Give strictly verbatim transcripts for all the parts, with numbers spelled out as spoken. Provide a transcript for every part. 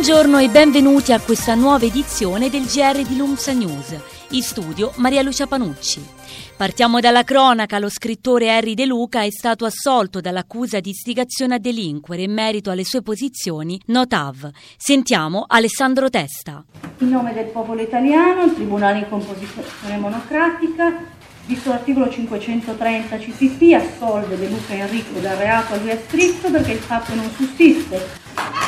Buongiorno e benvenuti a questa nuova edizione del G R di Lumsa News. In studio Maria Lucia Panucci. Partiamo dalla cronaca. Lo scrittore Erri De Luca è stato assolto dall'accusa di istigazione a delinquere in merito alle sue posizioni no T A V. Sentiamo Alessandro Testa. In nome del popolo italiano, il Tribunale in composizione monocratica, visto l'articolo cinquecentotrenta C P P, assolve De Luca Enrico dal reato a lui ascritto perché il fatto non sussiste.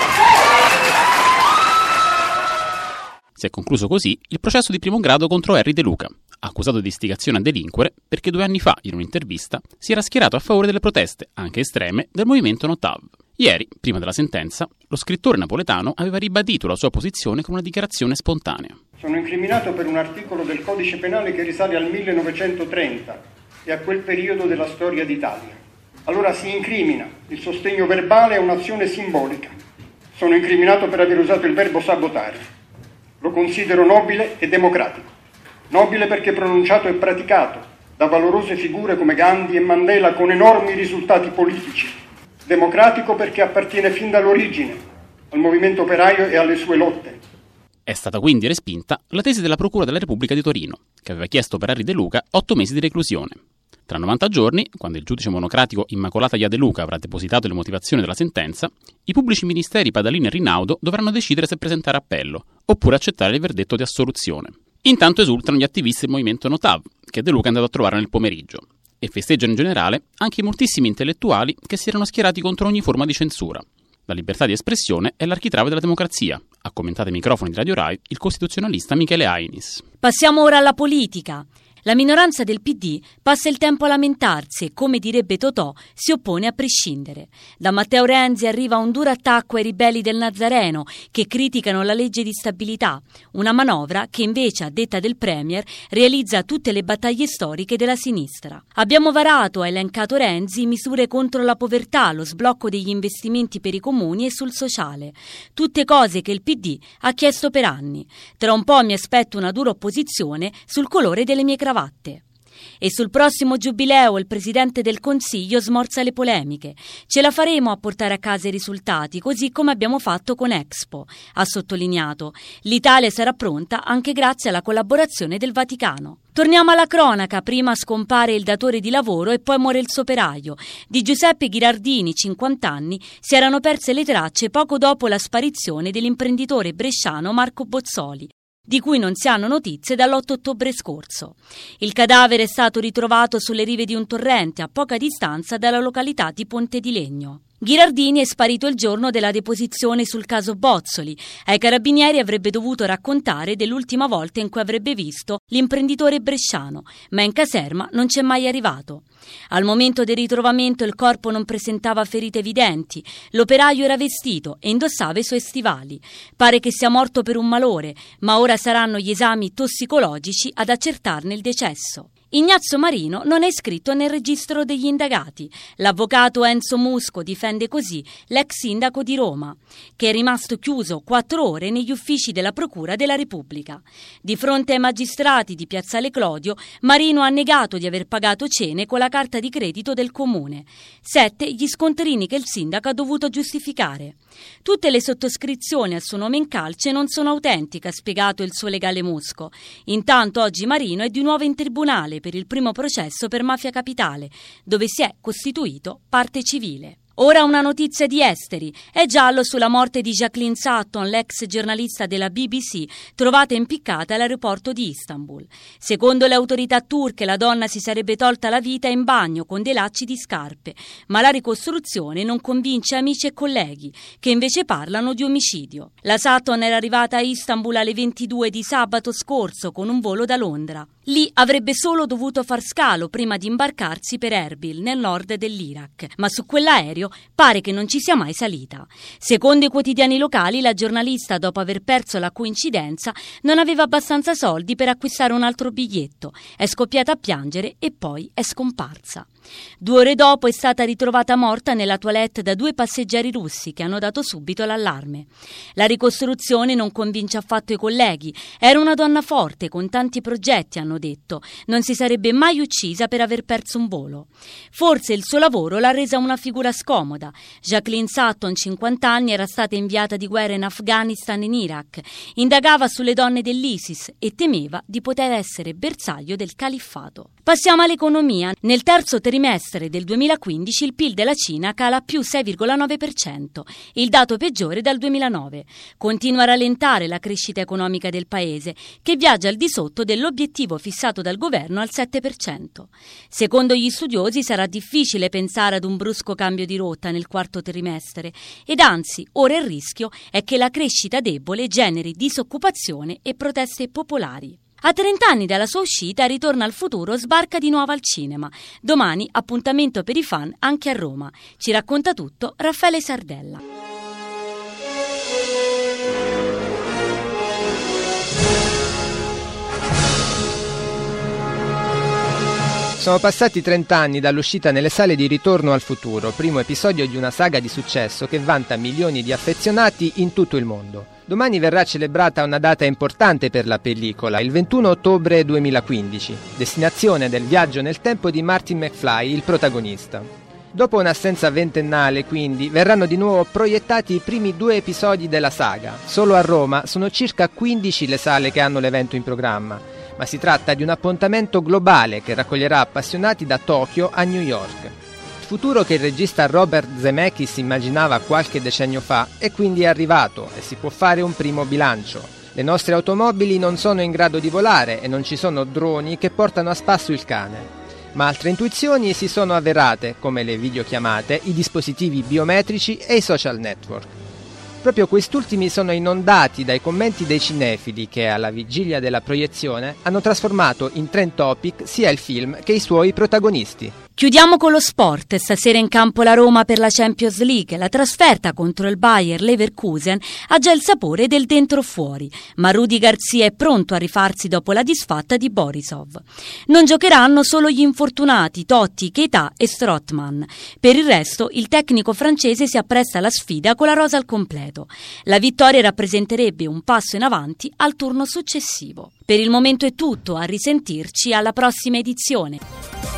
Si è concluso così il processo di primo grado contro Erri De Luca, accusato di istigazione a delinquere perché due anni fa, in un'intervista, si era schierato a favore delle proteste, anche estreme, del movimento no T A V. Ieri, prima della sentenza, lo scrittore napoletano aveva ribadito la sua posizione con una dichiarazione spontanea. Sono incriminato per un articolo del codice penale che risale al millenovecentotrenta e a quel periodo della storia d'Italia. Allora si incrimina il sostegno verbale a un'azione simbolica. Sono incriminato per aver usato il verbo sabotare. Lo considero nobile e democratico. Nobile perché pronunciato e praticato da valorose figure come Gandhi e Mandela con enormi risultati politici. Democratico perché appartiene fin dall'origine al movimento operaio e alle sue lotte. È stata quindi respinta la tesi della Procura della Repubblica di Torino, che aveva chiesto per Erri De Luca otto mesi di reclusione. Tra novanta giorni, quando il giudice monocratico Immacolata Ia De Luca avrà depositato le motivazioni della sentenza, i pubblici ministeri Padalini e Rinaudo dovranno decidere se presentare appello oppure accettare il verdetto di assoluzione. Intanto esultano gli attivisti del movimento no T A V, che De Luca è andato a trovare nel pomeriggio, e festeggiano in generale anche i moltissimi intellettuali che si erano schierati contro ogni forma di censura. La libertà di espressione è l'architrave della democrazia, ha commentato ai microfoni di Radio Rai il costituzionalista Michele Ainis. Passiamo ora alla politica. La minoranza del P D passa il tempo a lamentarsi e, come direbbe Totò, si oppone a prescindere. Da Matteo Renzi arriva un duro attacco ai ribelli del Nazareno che criticano la legge di stabilità, una manovra che invece, a detta del Premier, realizza tutte le battaglie storiche della sinistra. Abbiamo varato, ha elencato Renzi, misure contro la povertà, lo sblocco degli investimenti per i comuni e sul sociale. Tutte cose che il P D ha chiesto per anni. Tra un po' mi aspetto una dura opposizione sul colore delle mie cravatte. E sul prossimo giubileo il Presidente del Consiglio smorza le polemiche. Ce la faremo a portare a casa i risultati, così come abbiamo fatto con Expo, ha sottolineato. L'Italia sarà pronta anche grazie alla collaborazione del Vaticano. Torniamo alla cronaca. Prima scompare il datore di lavoro e poi muore il soperaio. Di Giuseppe Ghirardini, cinquanta anni, si erano perse le tracce poco dopo la sparizione dell'imprenditore bresciano Marco Bozzoli, di cui non si hanno notizie dall'otto ottobre scorso. Il cadavere è stato ritrovato sulle rive di un torrente a poca distanza dalla località di Ponte di Legno. Ghirardini è sparito il giorno della deposizione sul caso Bozzoli. Ai carabinieri avrebbe dovuto raccontare dell'ultima volta in cui avrebbe visto l'imprenditore bresciano, ma in caserma non c'è mai arrivato. Al momento del ritrovamento il corpo non presentava ferite evidenti, l'operaio era vestito e indossava i suoi stivali. Pare che sia morto per un malore, ma ora saranno gli esami tossicologici ad accertarne il decesso. Ignazio Marino non è iscritto nel registro degli indagati. L'avvocato Enzo Musco difende così l'ex sindaco di Roma, che è rimasto chiuso quattro ore negli uffici della Procura della Repubblica. Di fronte ai magistrati di Piazzale Clodio, Marino ha negato di aver pagato cene con la carta di credito del comune. Sette gli scontrini che il sindaco ha dovuto giustificare. Tutte le sottoscrizioni al suo nome in calce non sono autentiche, ha spiegato il suo legale Musco. Intanto oggi Marino è di nuovo in tribunale per il primo processo per Mafia Capitale, dove si è costituito parte civile. Ora una notizia di esteri. È giallo sulla morte di Jacqueline Sutton, l'ex giornalista della B B C, trovata impiccata all'aeroporto di Istanbul. Secondo le autorità turche, la donna si sarebbe tolta la vita in bagno con dei lacci di scarpe, ma la ricostruzione non convince amici e colleghi, che invece parlano di omicidio. La Sutton era arrivata a Istanbul alle ventidue di sabato scorso con un volo da Londra. Lì avrebbe solo dovuto far scalo prima di imbarcarsi per Erbil, nel nord dell'Iraq, ma su quell'aereo pare che non ci sia mai salita. Secondo i quotidiani locali, la giornalista, dopo aver perso la coincidenza, non aveva abbastanza soldi per acquistare un altro biglietto. È scoppiata a piangere e poi è scomparsa. Due ore dopo è stata ritrovata morta nella toilette da due passeggeri russi che hanno dato subito l'allarme. La ricostruzione non convince affatto i colleghi. Era una donna forte, con tanti progetti, hanno detto. Non si sarebbe mai uccisa per aver perso un volo. Forse il suo lavoro l'ha resa una figura scomoda. Jacqueline Sutton, cinquanta anni, era stata inviata di guerra in Afghanistan e in Iraq. Indagava sulle donne dell'ISIS e temeva di poter essere bersaglio del califfato. Passiamo all'economia. Nel terzo trimestre del duemilaquindici il P I L della Cina cala a più sei virgola nove per cento, il dato peggiore dal duemilanove. Continua a rallentare la crescita economica del paese, che viaggia al di sotto dell'obiettivo fissato dal governo al sette per cento. Secondo gli studiosi sarà difficile pensare ad un brusco cambio di rotta nel quarto trimestre ed anzi, ora il rischio è che la crescita debole generi disoccupazione e proteste popolari. A trent'anni dalla sua uscita, Ritorno al futuro sbarca di nuovo al cinema. Domani appuntamento per i fan anche a Roma. Ci racconta tutto Raffaele Sardella. Sono passati trent'anni dall'uscita nelle sale di Ritorno al futuro, primo episodio di una saga di successo che vanta milioni di affezionati in tutto il mondo. Domani verrà celebrata una data importante per la pellicola, il ventuno ottobre duemilaquindici, destinazione del viaggio nel tempo di Martin McFly, il protagonista. Dopo un'assenza ventennale, quindi, verranno di nuovo proiettati i primi due episodi della saga. Solo a Roma sono circa quindici le sale che hanno l'evento in programma, ma si tratta di un appuntamento globale che raccoglierà appassionati da Tokyo a New York. Il futuro che il regista Robert Zemeckis immaginava qualche decennio fa è quindi arrivato e si può fare un primo bilancio. Le nostre automobili non sono in grado di volare e non ci sono droni che portano a spasso il cane. Ma altre intuizioni si sono avverate, come le videochiamate, i dispositivi biometrici e i social network. Proprio quest'ultimi sono inondati dai commenti dei cinefili che, alla vigilia della proiezione, hanno trasformato in trend topic sia il film che i suoi protagonisti. Chiudiamo con lo sport. Stasera in campo la Roma per la Champions League. La trasferta contro il Bayer Leverkusen ha già il sapore del dentro fuori, ma Rudy Garcia è pronto a rifarsi dopo la disfatta di Borisov. Non giocheranno solo gli infortunati Totti, Keita e Strootman. Per il resto il tecnico francese si appresta alla sfida con la rosa al completo. La vittoria rappresenterebbe un passo in avanti al turno successivo. Per il momento è tutto, a risentirci alla prossima edizione.